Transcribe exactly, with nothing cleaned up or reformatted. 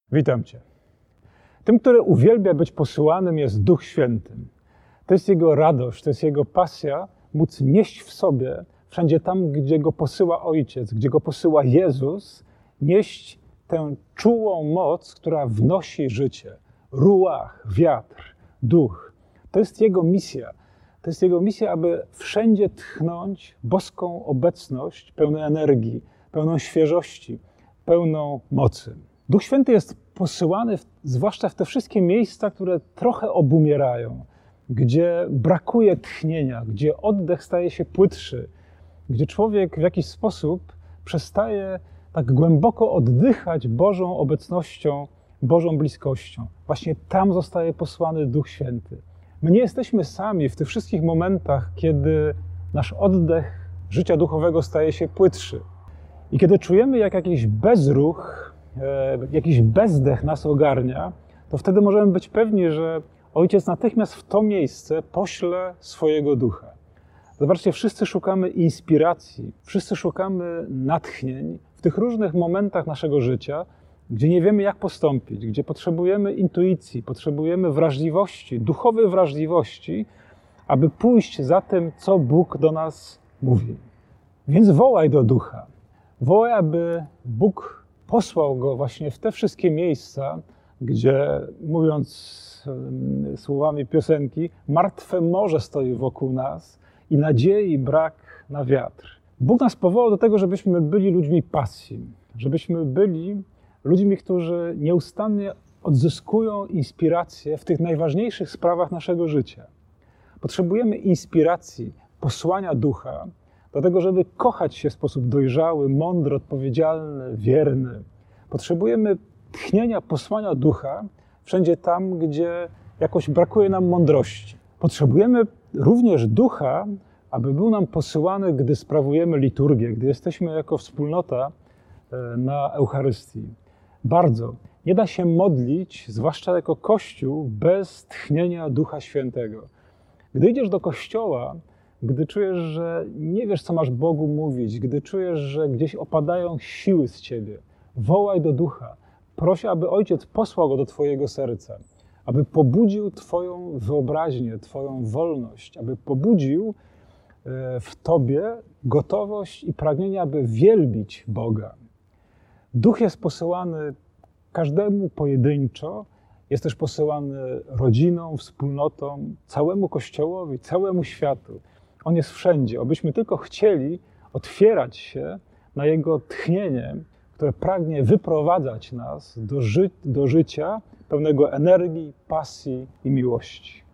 Witam Cię. Tym, który uwielbia być posyłanym, jest Duch Święty. To jest Jego radość, to jest Jego pasja, móc nieść w sobie, wszędzie tam, gdzie Go posyła Ojciec, gdzie Go posyła Jezus, nieść tę czułą moc, która wnosi życie. Ruach, wiatr, duch. To jest Jego misja. To jest Jego misja, aby wszędzie tchnąć boską obecność, pełną energii, pełną świeżości, pełną mocy. Duch Święty jest posyłany w, zwłaszcza w te wszystkie miejsca, które trochę obumierają, gdzie brakuje tchnienia, gdzie oddech staje się płytszy, gdzie człowiek w jakiś sposób przestaje tak głęboko oddychać Bożą obecnością, Bożą bliskością. Właśnie tam zostaje posłany Duch Święty. My nie jesteśmy sami w tych wszystkich momentach, kiedy nasz oddech życia duchowego staje się płytszy. I kiedy czujemy, jak jakiś bezruch, jakiś bezdech nas ogarnia, to wtedy możemy być pewni, że Ojciec natychmiast w to miejsce pośle swojego Ducha. Zobaczcie, wszyscy szukamy inspiracji, wszyscy szukamy natchnień w tych różnych momentach naszego życia, gdzie nie wiemy, jak postąpić, gdzie potrzebujemy intuicji, potrzebujemy wrażliwości, duchowej wrażliwości, aby pójść za tym, co Bóg do nas mówi. Więc wołaj do Ducha. Wołaj, aby Bóg posłał go właśnie w te wszystkie miejsca, gdzie, mówiąc słowami piosenki, martwe morze stoi wokół nas i nadziei brak na wiatr. Bóg nas powołał do tego, żebyśmy byli ludźmi pasji, żebyśmy byli ludźmi, którzy nieustannie odzyskują inspirację w tych najważniejszych sprawach naszego życia. Potrzebujemy inspiracji, posłania Ducha, do tego, żeby kochać się w sposób dojrzały, mądry, odpowiedzialny, wierny. Potrzebujemy tchnienia, posłania Ducha wszędzie tam, gdzie jakoś brakuje nam mądrości. Potrzebujemy również Ducha, aby był nam posyłany, gdy sprawujemy liturgię, gdy jesteśmy jako wspólnota na Eucharystii. Bardzo. Nie da się modlić, zwłaszcza jako Kościół, bez tchnienia Ducha Świętego. Gdy idziesz do kościoła, gdy czujesz, że nie wiesz, co masz Bogu mówić, gdy czujesz, że gdzieś opadają siły z ciebie, wołaj do Ducha. Proś, aby Ojciec posłał go do twojego serca, aby pobudził twoją wyobraźnię, twoją wolność, aby pobudził w tobie gotowość i pragnienie, aby wielbić Boga. Duch jest posyłany każdemu pojedynczo, jest też posyłany rodzinom, wspólnotom, całemu Kościołowi, całemu światu. On jest wszędzie, abyśmy tylko chcieli otwierać się na Jego tchnienie, które pragnie wyprowadzać nas do, ży- do życia pełnego energii, pasji i miłości.